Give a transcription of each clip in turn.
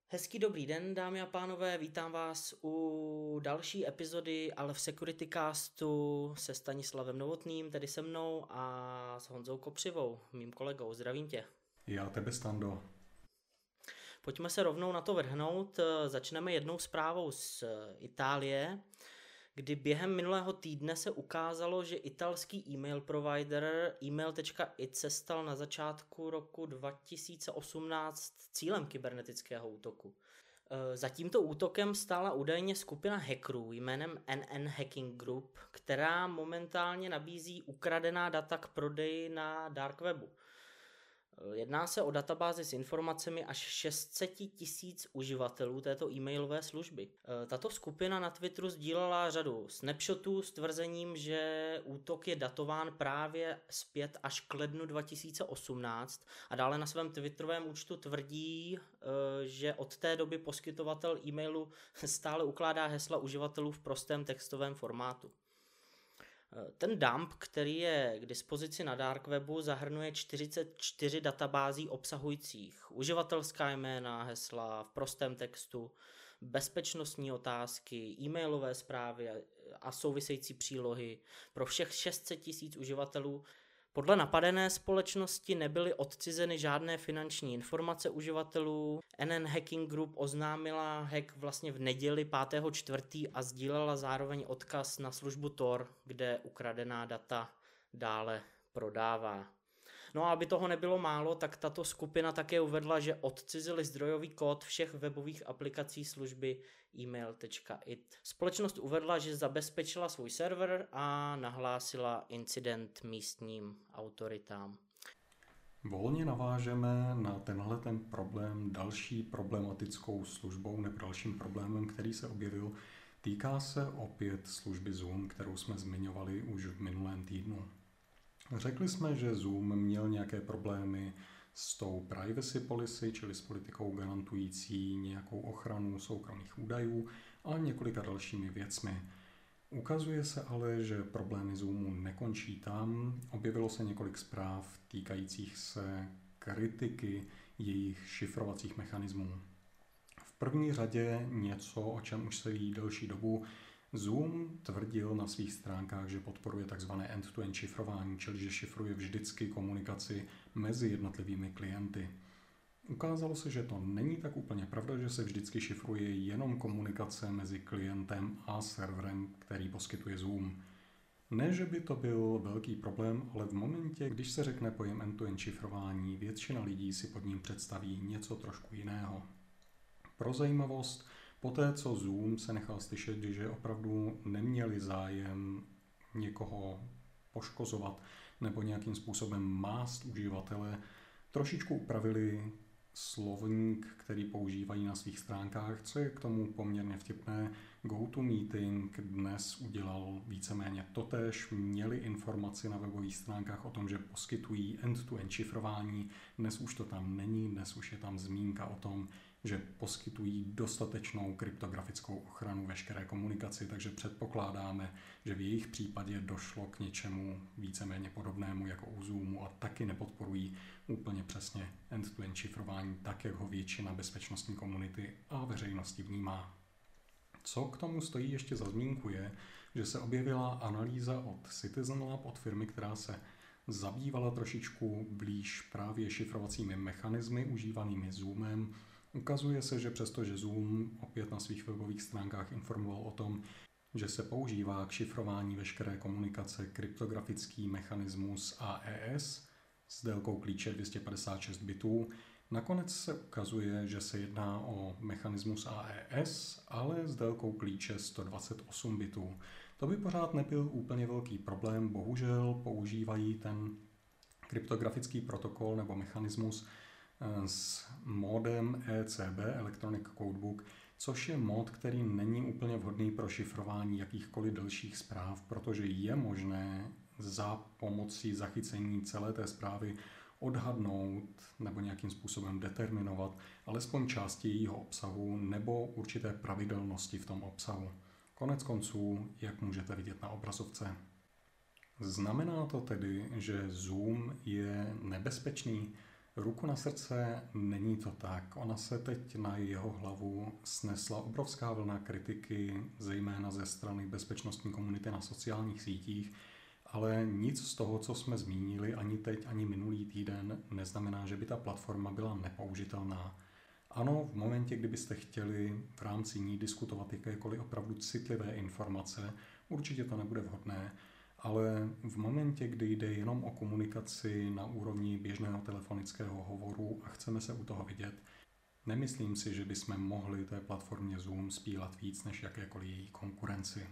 Hezký dobrý den, dámy a pánové, vítám vás u další epizody Ale v Security Castu se Stanislavem Novotným, tedy se mnou, a s Honzou Kopřivou, mým kolegou. Zdravím tě. Já tebe, Stando. Pojďme se rovnou na to vrhnout. Začneme jednou zprávou z Itálie, kdy během minulého týdne se ukázalo, že italský e-mail provider email.it se stal na začátku roku 2018 cílem kybernetického útoku. Za tímto útokem stála údajně skupina hackerů jménem NN Hacking Group, která momentálně nabízí ukradená data k prodeji na dark webu. Jedná se o databázi s informacemi až 600 000 uživatelů této e-mailové služby. Tato skupina na Twitteru sdílela řadu snapshotů s tvrzením, že útok je datován právě zpět až k lednu 2018 a dále na svém twitterovém účtu tvrdí, že od té doby poskytovatel e-mailu stále ukládá hesla uživatelů v prostém textovém formátu. Ten dump, který je k dispozici na dark webu, zahrnuje 44 databází obsahujících uživatelská jména, hesla v prostém textu, bezpečnostní otázky, e-mailové zprávy a související přílohy pro všech 600 000 uživatelů. Podle napadené společnosti nebyly odcizeny žádné finanční informace uživatelů. NN Hacking Group oznámila hack vlastně v neděli 5.4. a sdílela zároveň odkaz na službu Tor, kde ukradená data dále prodává. No a aby toho nebylo málo, tak tato skupina také uvedla, že odcizili zdrojový kód všech webových aplikací služby email.it. Společnost uvedla, že zabezpečila svůj server a nahlásila incident místním autoritám. Volně navážeme na ten problém další problematickou službou nebo dalším problémem, který se objevil. Týká se opět služby Zoom, kterou jsme zmiňovali už v minulém týdnu. Řekli jsme, že Zoom měl nějaké problémy s tou privacy policy, čili s politikou garantující nějakou ochranu soukromých údajů a několika dalšími věcmi. Ukazuje se ale, že problémy Zoomu nekončí tam. Objevilo se několik zpráv týkajících se kritiky jejich šifrovacích mechanismů. V první řadě něco, o čem už se ví delší dobu. Zoom tvrdil na svých stránkách, že podporuje tzv. End-to-end šifrování, čili že šifruje vždycky komunikaci mezi jednotlivými klienty. Ukázalo se, že to není tak úplně pravda, že se vždycky šifruje jenom komunikace mezi klientem a serverem, který poskytuje Zoom. Ne, že by to byl velký problém, ale v momentě, když se řekne pojem end-to-end šifrování, většina lidí si pod ním představí něco trošku jiného. Pro zajímavost, poté co Zoom se nechal slyšet, že opravdu neměli zájem někoho poškozovat nebo nějakým způsobem mást uživatele, trošičku upravili slovník, který používají na svých stránkách, co je k tomu poměrně vtipné. GoToMeeting dnes udělal víceméně totéž, měli informaci na webových stránkách o tom, že poskytují end-to-end šifrování, dnes už to tam není, dnes už je tam zmínka o tom, že poskytují dostatečnou kryptografickou ochranu veškeré komunikaci, takže předpokládáme, že v jejich případě došlo k něčemu víceméně podobnému jako u Zoomu a taky nepodporují úplně přesně end-to-end šifrování tak, jak ho většina bezpečnostní komunity a veřejnosti vnímá. Co k tomu stojí ještě za zmínku je, že se objevila analýza od Citizen Lab, od firmy, která se zabývala trošičku blíž právě šifrovacími mechanismy užívanými Zoomem. Ukazuje se, že přestože Zoom opět na svých webových stránkách informoval o tom, že se používá k šifrování veškeré komunikace kryptografický mechanismus AES s délkou klíče 256 bitů, nakonec se ukazuje, že se jedná o mechanismus AES, ale s délkou klíče 128 bitů. To by pořád nebyl úplně velký problém, bohužel používají ten kryptografický protokol nebo mechanismus s módem ECB, Electronic Codebook, což je mód, který není úplně vhodný pro šifrování jakýchkoliv dalších zpráv, protože je možné za pomocí zachycení celé té zprávy odhadnout nebo nějakým způsobem determinovat alespoň části jejího obsahu nebo určité pravidelnosti v tom obsahu. Konec konců, jak můžete vidět na obrazovce. Znamená to tedy, že Zoom je nebezpečný? Ruku na srdce, není to tak. Ona se teď na jeho hlavu snesla obrovská vlna kritiky, zejména ze strany bezpečnostní komunity na sociálních sítích, ale nic z toho, co jsme zmínili ani teď, ani minulý týden, neznamená, že by ta platforma byla nepoužitelná. Ano, v momentě, kdybyste chtěli v rámci ní diskutovat jakékoliv opravdu citlivé informace, určitě to nebude vhodné, ale v momentě, kdy jde jenom o komunikaci na úrovni běžného telefonického hovoru a chceme se u toho vidět, nemyslím si, že bychom mohli té platformě Zoom spílat víc než jakékoliv její konkurenci.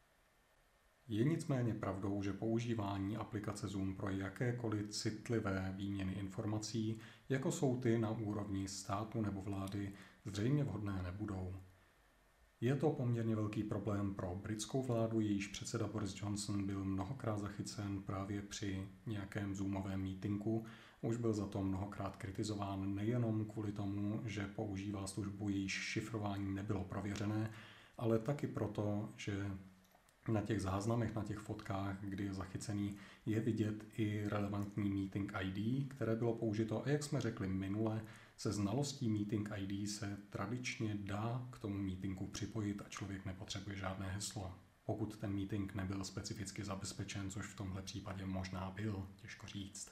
Je nicméně pravdou, že používání aplikace Zoom pro jakékoliv citlivé výměny informací, jako jsou ty na úrovni státu nebo vlády, zřejmě vhodné nebudou. Je to poměrně velký problém pro britskou vládu, jejíž předseda Boris Johnson byl mnohokrát zachycen právě při nějakém zoomovém mítinku. Už byl za to mnohokrát kritizován nejenom kvůli tomu, že používá službu, jejíž šifrování nebylo prověřené, ale taky proto, že na těch záznamech, na těch fotkách, kdy je zachycený, je vidět i relevantní Meeting ID, které bylo použito. A jak jsme řekli minule, se znalostí Meeting ID se tradičně dá k tomu meetingu připojit a člověk nepotřebuje žádné heslo. Pokud ten meeting nebyl specificky zabezpečen, což v tomhle případě možná byl, těžko říct.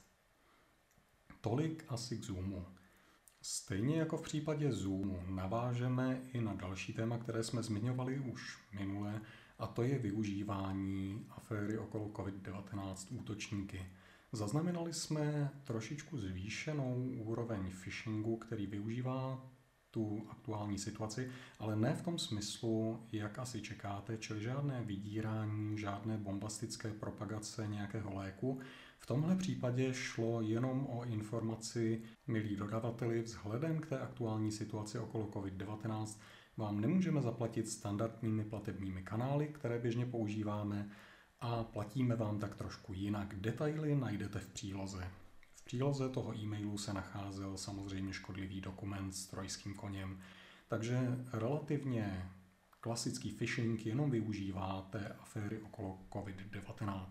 Tolik asi k Zoomu. Stejně jako v případě Zoomu navážeme i na další téma, které jsme zmiňovali už minule, a to je využívání aféry okolo COVID-19 útočníky. Zaznamenali jsme trošičku zvýšenou úroveň phishingu, který využívá tu aktuální situaci, ale ne v tom smyslu, jak asi čekáte, čili žádné vydírání, žádné bombastické propagace nějakého léku. V tomhle případě šlo jenom o informaci, milí dodavateli, vzhledem k té aktuální situaci okolo COVID-19 vám nemůžeme zaplatit standardními platebními kanály, které běžně používáme, a platíme vám tak trošku jinak. Detaily najdete v příloze. V příloze toho e-mailu se nacházel samozřejmě škodlivý dokument s trojským koněm, takže relativně klasický phishing jenom využívá té aféry okolo COVID-19.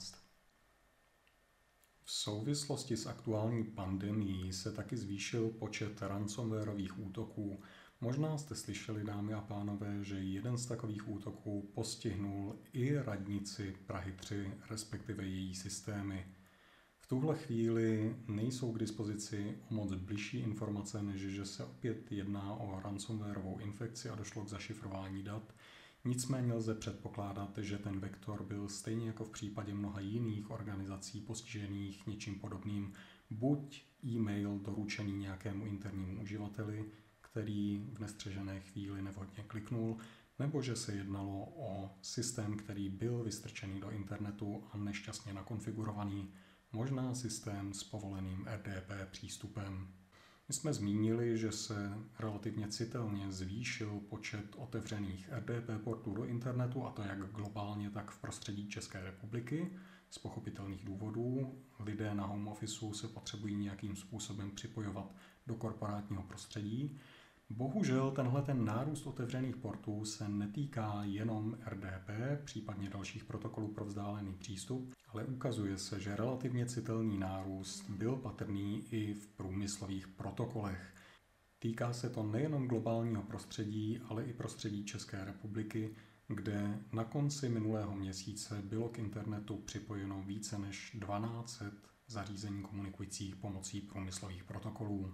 V souvislosti s aktuální pandemií se taky zvýšil počet ransomwareových útoků. Možná jste slyšeli, dámy a pánové, že jeden z takových útoků postihnul i radnici Prahy 3, respektive její systémy. V tuhle chvíli nejsou k dispozici o moc bližší informace, než že se opět jedná o ransomwareovou infekci a došlo k zašifrování dat. Nicméně lze předpokládat, že ten vektor byl stejně jako v případě mnoha jiných organizací postižených něčím podobným, buď e-mail doručený nějakému internímu uživateli, který v nestřežené chvíli nevhodně kliknul, nebo že se jednalo o systém, který byl vystrčený do internetu a nešťastně nakonfigurovaný, možná systém s povoleným RDP přístupem. My jsme zmínili, že se relativně citelně zvýšil počet otevřených RDP portů do internetu, a to jak globálně, tak v prostředí České republiky. Z pochopitelných důvodů lidé na home officeu se potřebují nějakým způsobem připojovat do korporátního prostředí. Bohužel ten nárůst otevřených portů se netýká jenom RDP, případně dalších protokolů pro vzdálený přístup, ale ukazuje se, že relativně citelný nárůst byl patrný i v průmyslových protokolech. Týká se to nejenom globálního prostředí, ale i prostředí České republiky, kde na konci minulého měsíce bylo k internetu připojeno více než 1200 zařízení komunikujících pomocí průmyslových protokolů.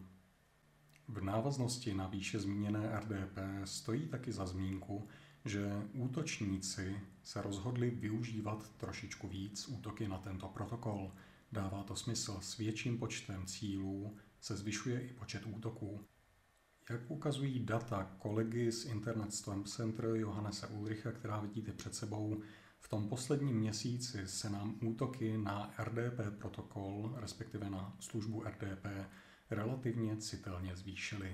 V návaznosti na výše zmíněné RDP stojí taky za zmínku, že útočníci se rozhodli využívat trošičku víc útoky na tento protokol. Dává to smysl, s větším počtem cílů se zvyšuje i počet útoků. Jak ukazují data kolegy z Internet Storm Center Johannese Ulricha, která vidíte před sebou, v tom posledním měsíci se nám útoky na RDP protokol, respektive na službu RDP, relativně citelně zvýšily.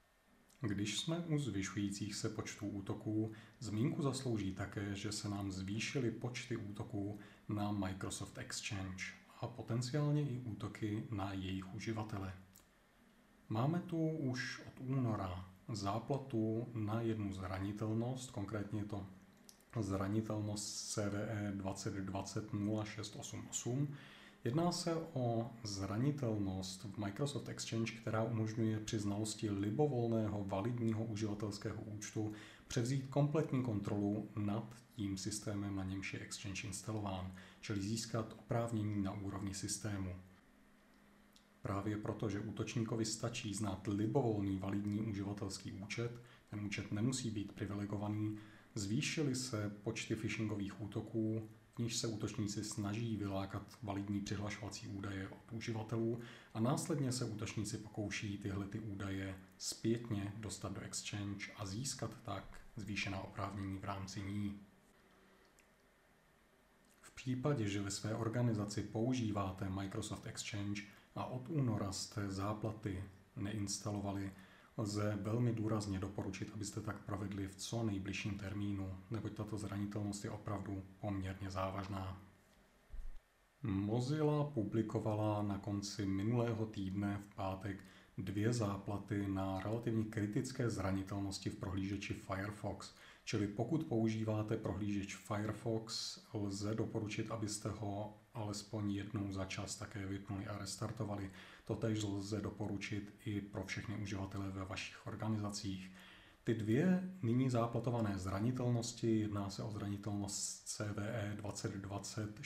Když jsme u zvyšujících se počtů útoků, zmínku zaslouží také, že se nám zvýšily počty útoků na Microsoft Exchange a potenciálně i útoky na jejich uživatele. Máme tu už od února záplatu na jednu zranitelnost, konkrétně je to zranitelnost CVE 2020 0688. Jedná se o zranitelnost v Microsoft Exchange, která umožňuje při znalosti libovolného validního uživatelského účtu převzít kompletní kontrolu nad tím systémem, na němž je Exchange instalován, čili získat oprávnění na úrovni systému. Právě proto, že útočníkovi stačí znát libovolný validní uživatelský účet, ten účet nemusí být privilegovaný, zvýšily se počty phishingových útoků, v níž se útočníci snaží vylákat validní přihlašovací údaje od uživatelů a následně se útočníci pokouší tyhle údaje zpětně dostat do Exchange a získat tak zvýšená oprávnění v rámci ní. V případě, že ve své organizaci používáte Microsoft Exchange a od února jste záplaty neinstalovali, lze velmi důrazně doporučit, abyste tak provedli v co nejbližším termínu, neboť tato zranitelnost je opravdu poměrně závažná. Mozilla publikovala na konci minulého týdne v pátek 2 záplaty na relativně kritické zranitelnosti v prohlížeči Firefox. Čili pokud používáte prohlížeč Firefox, lze doporučit, abyste ho alespoň jednou za čas také vypnuli a restartovali. Totéž lze doporučit i pro všechny uživatele ve vašich organizacích. Ty 2 nyní záplatované zranitelnosti, jedná se o zranitelnost CVE 2020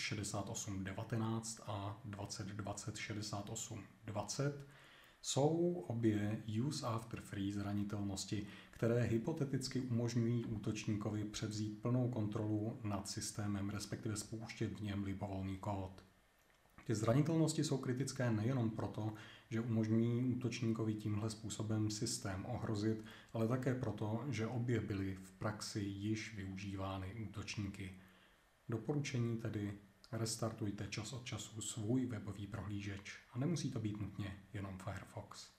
6819 a 2020 6820, jsou obě use after free zranitelnosti, které hypoteticky umožňují útočníkovi převzít plnou kontrolu nad systémem, respektive spouštět v něm libovolný kód. Ty zranitelnosti jsou kritické nejenom proto, že umožňují útočníkovi tímhle způsobem systém ohrozit, ale také proto, že obě byly v praxi již využívány útočníky. Doporučení tedy: restartujte čas od času svůj webový prohlížeč a nemusí to být nutně jenom Firefox.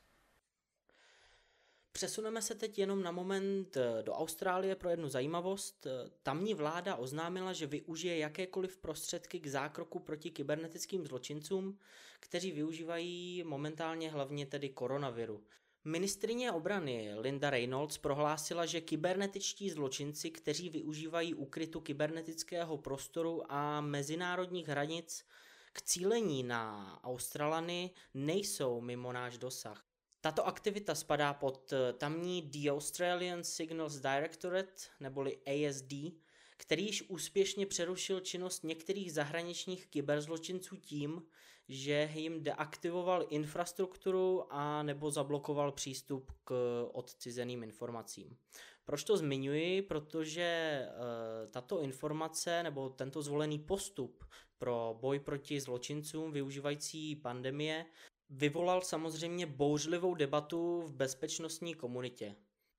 Přesuneme se teď jenom na moment do Austrálie pro jednu zajímavost. Tamní vláda oznámila, že využije jakékoliv prostředky k zákroku proti kybernetickým zločincům, kteří využívají momentálně hlavně tedy koronaviru. Ministryně obrany Linda Reynolds prohlásila, že kybernetičtí zločinci, kteří využívají úkrytu kybernetického prostoru a mezinárodních hranic k cílení na Australany, nejsou mimo náš dosah. Tato aktivita spadá pod tamní The Australian Signals Directorate, neboli ASD, který již úspěšně přerušil činnost některých zahraničních kyberzločinců tím, že jim deaktivoval infrastrukturu a nebo zablokoval přístup k odcizeným informacím. Proč to zmiňuji? Protože tato informace nebo tento zvolený postup pro boj proti zločincům využívající pandemie vyvolal samozřejmě bouřlivou debatu v bezpečnostní komunitě.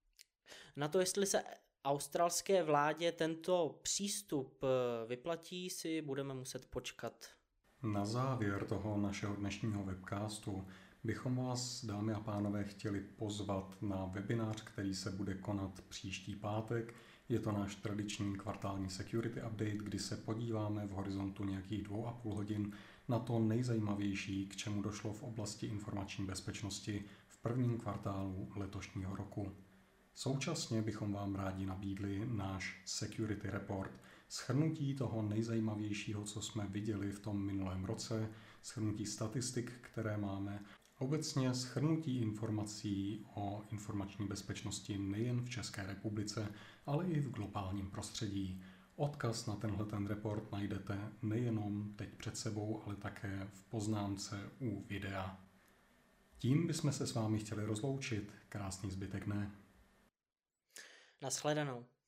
Na to, jestli se australské vládě tento přístup vyplatí, si budeme muset počkat. Na závěr toho našeho dnešního webcastu bychom vás, dámy a pánové, chtěli pozvat na webinář, který se bude konat příští pátek. Je to náš tradiční kvartální security update, kdy se podíváme v horizontu nějakých 2,5 hodin na to nejzajímavější, k čemu došlo v oblasti informační bezpečnosti v prvním kvartálu letošního roku. Současně bychom vám rádi nabídli náš Security Report, shrnutí toho nejzajímavějšího, co jsme viděli v tom minulém roce, shrnutí statistik, které máme, obecně shrnutí informací o informační bezpečnosti nejen v České republice, ale i v globálním prostředí. Odkaz na tenhle report najdete nejenom teď před sebou, ale také v poznámce u videa. Tím bychom se s vámi chtěli rozloučit. Krásný zbytek dne. Naschledanou.